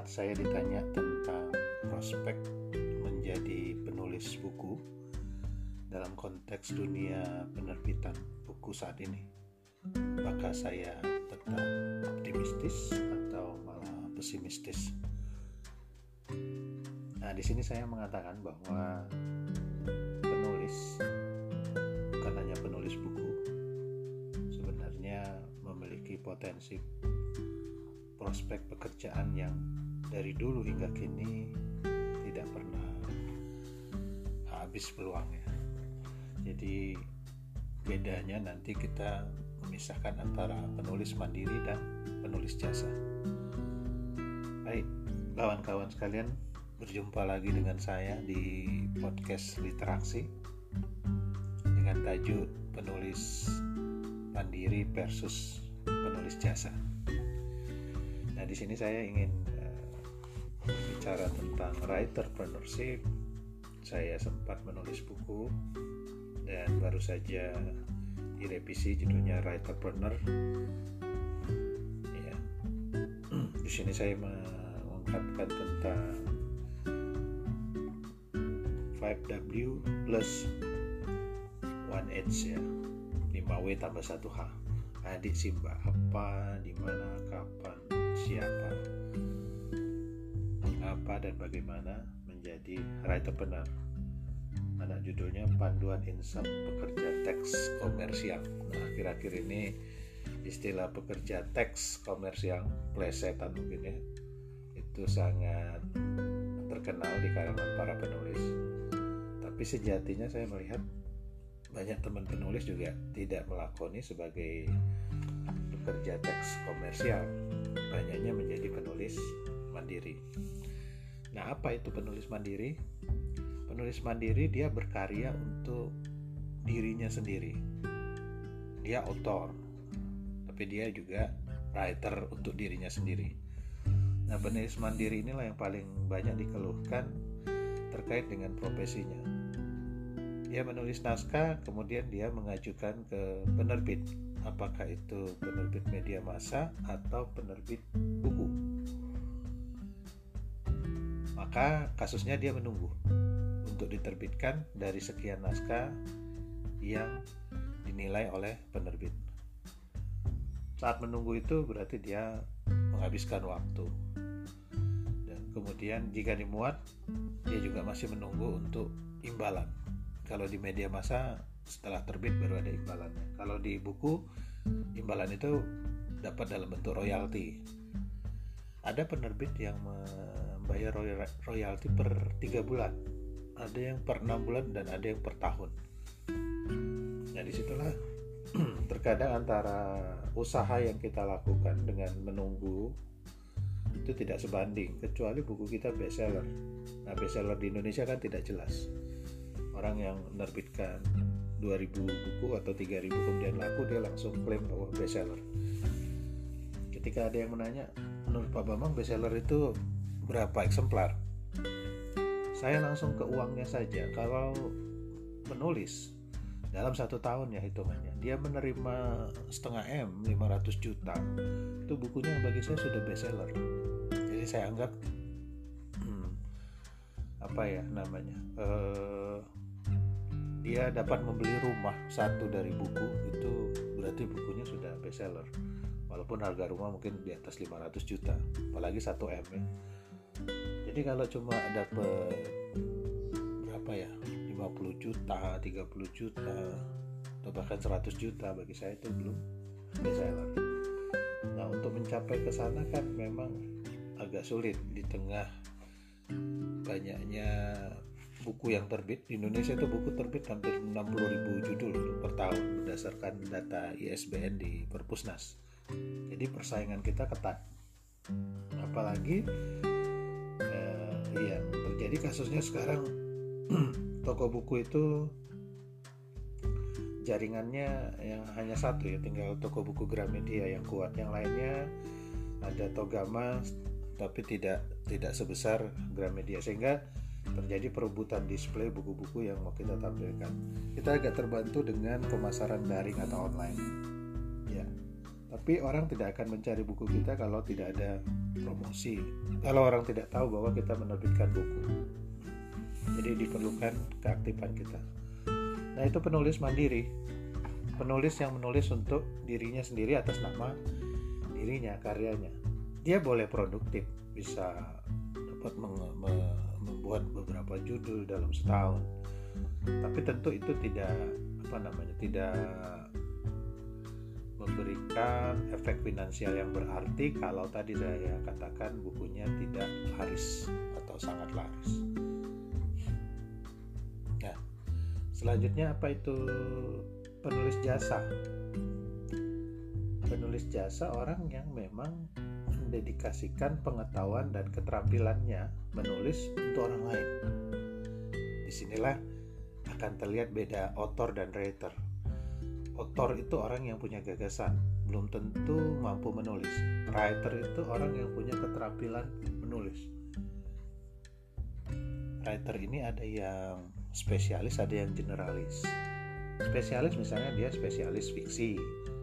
saat saya ditanya tentang prospek menjadi penulis buku dalam konteks dunia penerbitan buku saat ini, apakah saya tetap optimistis atau malah pesimistis? Nah, di sini saya mengatakan bahwa penulis bukan hanya penulis buku, sebenarnya memiliki potensi prospek pekerjaan yang dari dulu hingga kini tidak pernah habis peluangnya. Jadi bedanya nanti kita memisahkan antara penulis mandiri dan penulis jasa. Baik, kawan-kawan sekalian, berjumpa lagi dengan saya di podcast Literaksi dengan tajuk penulis mandiri versus penulis jasa. Nah, di sini saya ingin bicara tentang writerpreneurship. Saya sempat menulis buku dan baru saja direvisi judulnya Writerpreneur. Ya. Di sini saya mengungkapkan tentang 5W plus 1H ya, 5W tambah 1H. Adik Simba, apa, di mana, kapan, siapa, mengapa dan bagaimana menjadi writerpreneur. Ada judulnya Panduan Insaf Pekerja Teks Komersial. Nah, akhir-akhir ini istilah pekerja teks komersial, plesetan mungkin ya, itu sangat terkenal di kalangan para penulis. Tapi sejatinya saya melihat banyak teman penulis juga tidak melakoni sebagai pekerja teks komersial, banyaknya menjadi penulis mandiri. Nah, apa itu penulis mandiri? Penulis mandiri dia berkarya untuk dirinya sendiri. Dia author, tapi dia juga writer untuk dirinya sendiri. Nah, penulis mandiri inilah yang paling banyak dikeluhkan terkait dengan profesinya. Dia menulis naskah, kemudian dia mengajukan ke penerbit, apakah itu penerbit media massa atau penerbit buku. Maka kasusnya dia menunggu untuk diterbitkan dari sekian naskah yang dinilai oleh penerbit. Saat menunggu itu berarti dia menghabiskan waktu. Dan kemudian jika dimuat, dia juga masih menunggu untuk imbalan. Kalau di media massa setelah terbit baru ada imbalannya. Kalau di buku, imbalan itu dapat dalam bentuk royalti. Ada penerbit yang membayar royalti per 3 bulan, ada yang per 6 bulan dan ada yang per tahun. Nah, disitulah terkadang antara usaha yang kita lakukan dengan menunggu itu tidak sebanding, kecuali buku kita bestseller. Nah, bestseller di Indonesia kan tidak jelas. Orang yang menerbitkan 2000 buku atau 3000 kemudian laku, dia langsung klaim bahwa bestseller. Ketika ada yang menanya, menurut Pak Bambang bestseller itu berapa eksemplar? Saya langsung ke uangnya saja. Kalau penulis dalam 1 tahun ya hitungannya, dia menerima 0,5 M, 500 juta, itu bukunya bagi saya sudah bestseller. Jadi saya anggap dia dapat membeli rumah satu dari buku, itu berarti bukunya sudah bestseller. Walaupun harga rumah mungkin di atas 500 juta, apalagi 1 M ya. Jadi kalau cuma dapat 50 juta, 30 juta, atau bahkan 100 juta, bagi saya itu belum bestseller. Nah, untuk mencapai ke sana kan memang agak sulit di tengah banyaknya buku yang terbit. Di Indonesia itu buku terbit hampir 60.000 judul per tahun berdasarkan data ISBN di Perpusnas. Jadi persaingan kita ketat. Apalagi yang terjadi kasusnya sekarang toko buku itu jaringannya yang hanya satu ya, tinggal toko buku Gramedia yang kuat. Yang lainnya ada Togama tapi tidak sebesar Gramedia, sehingga terjadi perebutan display buku-buku yang mau kita tampilkan. Kita agak terbantu dengan pemasaran daring atau online. Ya, Tapi orang tidak akan mencari buku kita kalau tidak ada promosi, kalau orang tidak tahu bahwa kita menerbitkan buku. Jadi diperlukan keaktifan kita. Nah, itu penulis mandiri, penulis yang menulis untuk dirinya sendiri atas nama dirinya, karyanya. Dia boleh produktif, bisa dapat membuat beberapa judul dalam setahun. Tapi tentu itu tidak tidak memberikan efek finansial yang berarti kalau tadi saya katakan bukunya tidak laris atau sangat laris. Nah, selanjutnya apa itu penulis jasa? Penulis jasa orang yang memang mendedikasikan pengetahuan dan keterampilannya menulis untuk orang lain. Disinilah akan terlihat beda author dan writer. Author itu orang yang punya gagasan, belum tentu mampu menulis. Writer itu orang yang punya keterampilan menulis. Writer ini ada yang spesialis, ada yang generalis. Spesialis misalnya dia spesialis fiksi,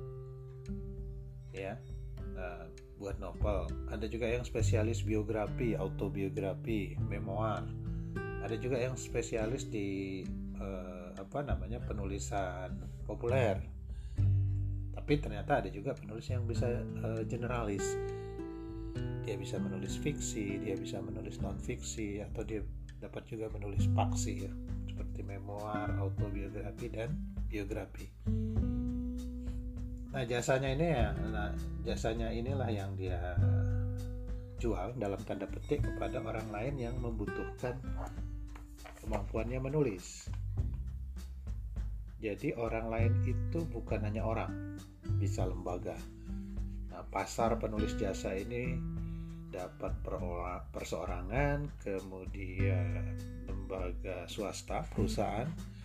ya, buat novel. Ada juga yang spesialis biografi, autobiografi, memoir. Ada juga yang spesialis di penulisan populer. Tapi ternyata ada juga penulis yang bisa generalis. Dia bisa menulis fiksi, dia bisa menulis non fiksi, atau dia dapat juga menulis paksi, ya, seperti memoir, autobiografi dan biografi. Nah, jasanya inilah yang dia jual dalam tanda petik kepada orang lain yang membutuhkan kemampuannya menulis. Jadi orang lain itu bukan hanya orang, bisa lembaga. Nah, pasar penulis jasa ini dapat perseorangan, kemudian lembaga swasta, perusahaan,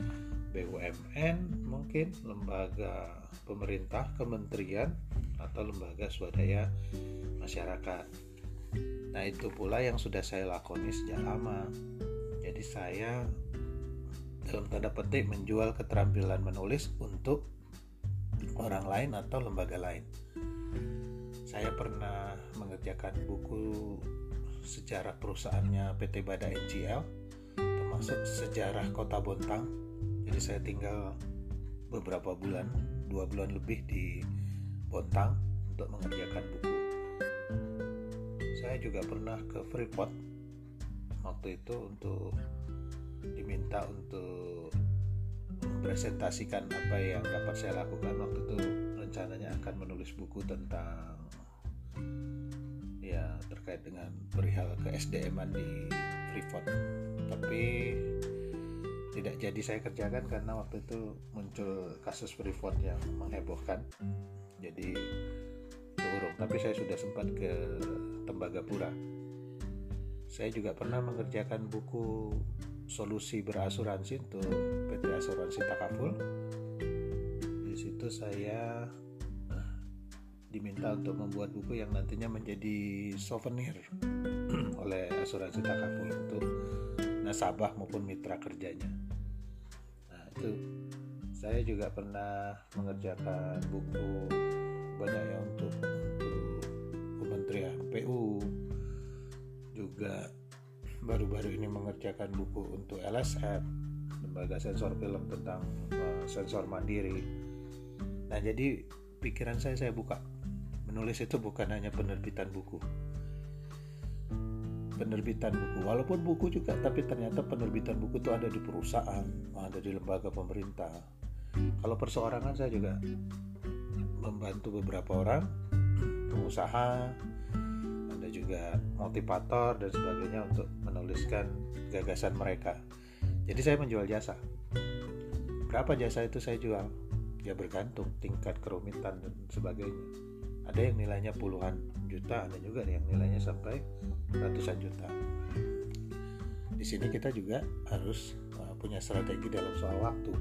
BUMN, mungkin lembaga pemerintah, kementerian, atau lembaga swadaya masyarakat. Nah, itu pula yang sudah saya lakoni sejak lama. Jadi saya dalam tanda petik menjual keterampilan menulis untuk orang lain atau lembaga lain. Saya pernah mengerjakan buku sejarah perusahaannya PT Bada NGL, termasuk sejarah Kota Bontang. Jadi saya tinggal beberapa bulan, 2 bulan lebih di Bontang untuk mengerjakan buku. Saya juga pernah ke Freeport waktu itu untuk diminta untuk mempresentasikan apa yang dapat saya lakukan. Waktu itu rencananya akan menulis buku tentang, ya, terkait dengan perihal ke SDM-an di Freeport. Tapi tidak jadi saya kerjakan karena waktu itu muncul kasus Freeport yang menghebohkan. Jadi urung. Tapi saya sudah sempat ke Tembagapura. Saya juga pernah mengerjakan buku solusi berasuransi untuk PT Asuransi Takaful. Di situ saya diminta untuk membuat buku yang nantinya menjadi souvenir oleh Asuransi Takaful untuk nasabah maupun mitra kerjanya. Nah, itu saya juga pernah mengerjakan buku banyak ya untuk Kementerian PU. Juga baru-baru ini mengerjakan buku untuk LSF, lembaga sensor film tentang sensor mandiri. Nah, jadi pikiran saya buka. Menulis itu bukan hanya penerbitan buku. Walaupun buku juga, tapi ternyata penerbitan buku itu ada di perusahaan, ada di lembaga pemerintah. Kalau perseorangan saya juga membantu beberapa orang, pengusaha, ada juga motivator dan sebagainya untuk menuliskan gagasan mereka. Jadi saya menjual jasa. Berapa jasa itu saya jual? Ya bergantung tingkat kerumitan dan sebagainya. Ada yang nilainya puluhan juta, ada juga yang nilainya sampai ratusan juta. Di sini kita juga harus punya strategi dalam soal waktu.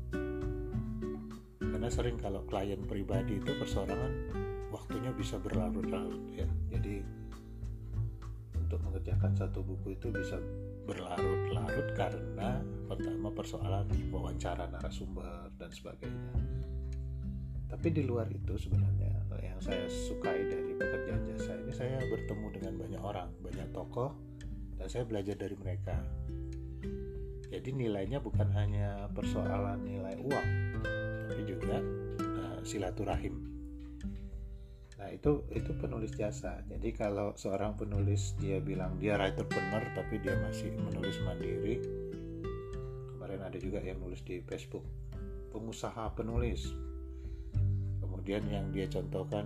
Karena sering kalau klien pribadi itu perseorangan waktunya bisa berlarut-larut, ya. Jadi untuk mengerjakan satu buku itu bisa berlarut-larut karena pertama persoalan wawancara narasumber dan sebagainya. Tapi di luar itu sebenarnya yang saya sukai dari pekerjaan jasa ini, saya bertemu dengan banyak orang, banyak tokoh, dan saya belajar dari mereka. Jadi nilainya bukan hanya persoalan nilai uang, tapi juga silaturahim. Nah itu penulis jasa. Jadi kalau seorang penulis dia bilang dia writerpreneur tapi dia masih menulis mandiri. Kemarin ada juga yang nulis di Facebook, pengusaha penulis. Kemudian yang dia contohkan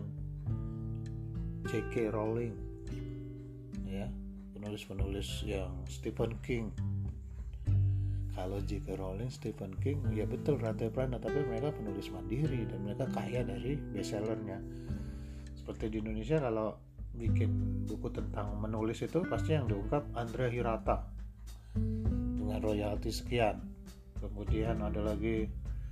J.K. Rowling, ya, penulis-penulis yang Stephen King. Kalau J.K. Rowling, Stephen King, ya betul writerpreneur, tapi mereka penulis mandiri dan mereka kaya dari bestsellernya. Seperti di Indonesia kalau bikin buku tentang menulis itu pasti yang diungkap Andrea Hirata dengan royalti sekian. Kemudian ada lagi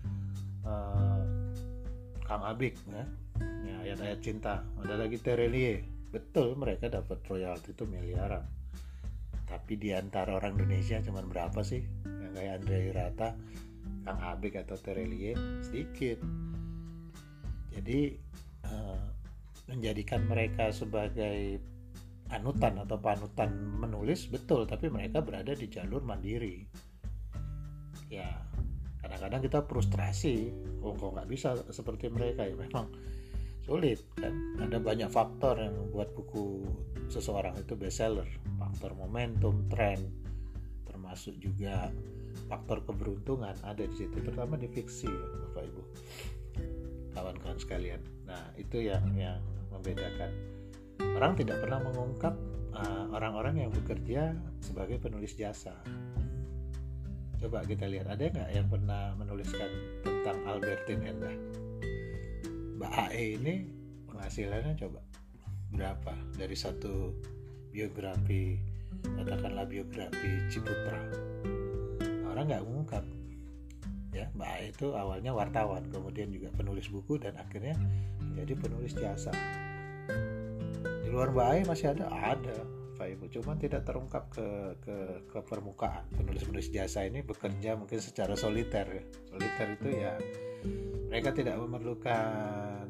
Kang Abik, ya ayat-ayat cinta. Ada lagi Terelie, betul mereka dapat royalti itu miliaran. Tapi di antara orang Indonesia cuma berapa sih yang kayak Andrea Hirata, Kang Abik atau Terelie? Sedikit. Jadi menjadikan mereka sebagai anutan atau panutan menulis, betul, tapi mereka berada di jalur mandiri. Ya kadang-kadang kita frustrasi, kok nggak bisa seperti mereka. Ya memang sulit kan, ada banyak faktor yang membuat buku seseorang itu bestseller. Faktor momentum, tren, termasuk juga faktor keberuntungan ada di situ, terutama di fiksi ya Bapak Ibu, kawan-kawan sekalian. Nah itu yang membedakan. Orang tidak pernah mengungkap orang-orang yang bekerja sebagai penulis jasa. Coba kita lihat, ada nggak yang pernah menuliskan tentang Albertine Endah? Mbak AE ini penghasilannya coba berapa dari satu biografi, katakanlah biografi Ciputra? Orang nggak mengungkap. Ya, Mbak AE itu awalnya wartawan, kemudian juga penulis buku, dan akhirnya menjadi penulis jasa. Di luar Mbak AE masih ada Pak Ibu, cuma tidak terungkap ke permukaan. Penulis-penulis jasa ini bekerja mungkin secara soliter ya. Soliter itu ya mereka tidak memerlukan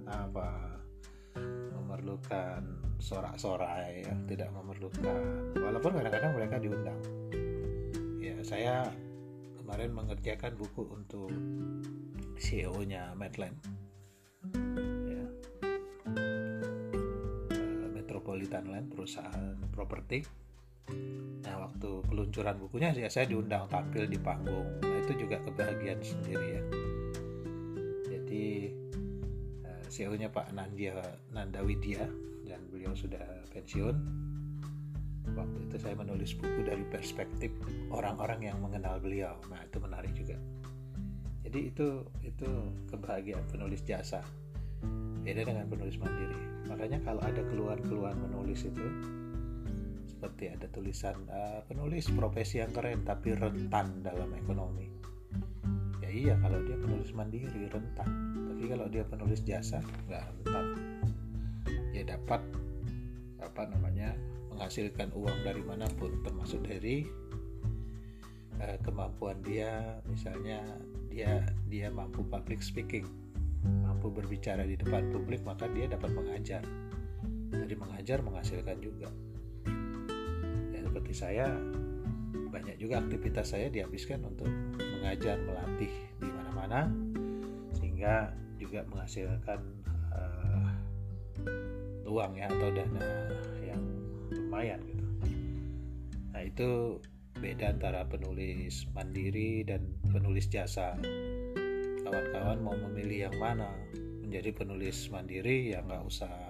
sorak-sorai ya, tidak memerlukan, walaupun kadang-kadang mereka diundang. Ya, saya kemarin mengerjakan buku untuk CEO-nya Medland, ya, Metropolitan Land, perusahaan properti. Nah, waktu peluncuran bukunya ya saya diundang tampil di panggung. Nah, itu juga kebahagiaan sendiri ya. Jadi CEO-nya Pak Nanda Widya, dan beliau sudah pensiun. Waktu itu saya menulis buku dari perspektif orang-orang yang mengenal beliau. Nah, itu menarik juga. Jadi itu kebahagiaan penulis jasa. Beda dengan penulis mandiri. Makanya kalau ada keluhan-keluhan menulis itu, seperti ada tulisan penulis profesi yang keren tapi rentan dalam ekonomi. Ya iya, kalau dia penulis mandiri rentan. Tapi kalau dia penulis jasa nggak rentan. Dia dapat menghasilkan uang dari manapun, termasuk dari kemampuan dia. Misalnya dia mampu public speaking, mampu berbicara di depan publik, maka dia dapat mengajar. Dari mengajar menghasilkan juga. Ya, seperti saya, banyak juga aktivitas saya dihabiskan untuk mengajar, melatih di mana-mana, sehingga juga menghasilkan uang ya, atau dana yang lumayan gitu. Nah, itu beda antara penulis mandiri dan penulis jasa. Kawan-kawan mau memilih yang mana? Menjadi penulis mandiri ya nggak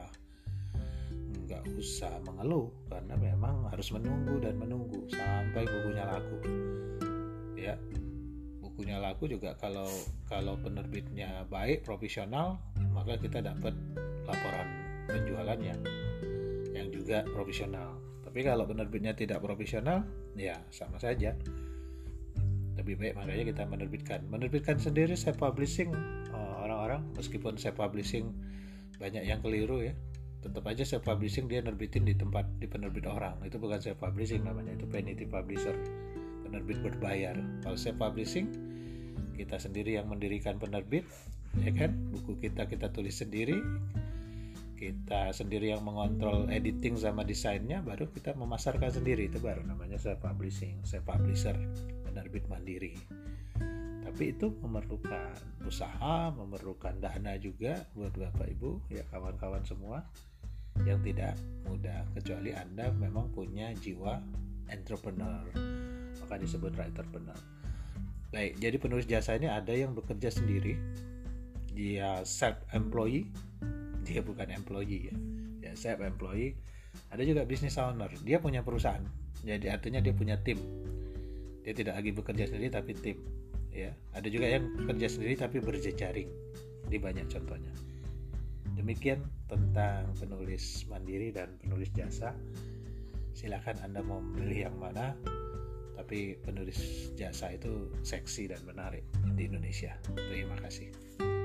usah mengeluh, karena memang harus menunggu sampai bukunya laku. Ya, bukunya laku juga kalau penerbitnya baik, profesional, maka kita dapat laporan penjualannya yang juga profesional. Tapi kalau penerbitnya tidak profesional, ya sama saja. Lebih baik makanya kita menerbitkan sendiri. Self publishing, orang-orang meskipun self publishing banyak yang keliru ya, tetap aja self publishing dia nerbitin di penerbit orang. Itu bukan self publishing, namanya itu vanity publisher, penerbit berbayar. Kalau self publishing, kita sendiri yang mendirikan penerbit, ya kan? Buku kita tulis sendiri, kita sendiri yang mengontrol editing sama desainnya, baru kita memasarkan sendiri. Itu baru namanya self publishing, self publisher, penerbit mandiri. Tapi itu memerlukan usaha, memerlukan dana juga buat Bapak Ibu, ya kawan-kawan semua, yang tidak mudah, kecuali Anda memang punya jiwa entrepreneur, maka disebut writerpreneur. Baik, jadi penulis jasa ini ada yang bekerja sendiri, dia self employee, dia bukan employee ya self employee. Ada juga business owner, dia punya perusahaan, jadi artinya dia punya tim, dia tidak lagi bekerja sendiri tapi tim, ya. Ada juga yang kerja sendiri tapi berjejaring, di banyak contohnya. Demikian tentang penulis mandiri dan penulis jasa. Silakan Anda mau memilih yang mana, tapi penulis jasa itu seksi dan menarik di Indonesia. Terima kasih.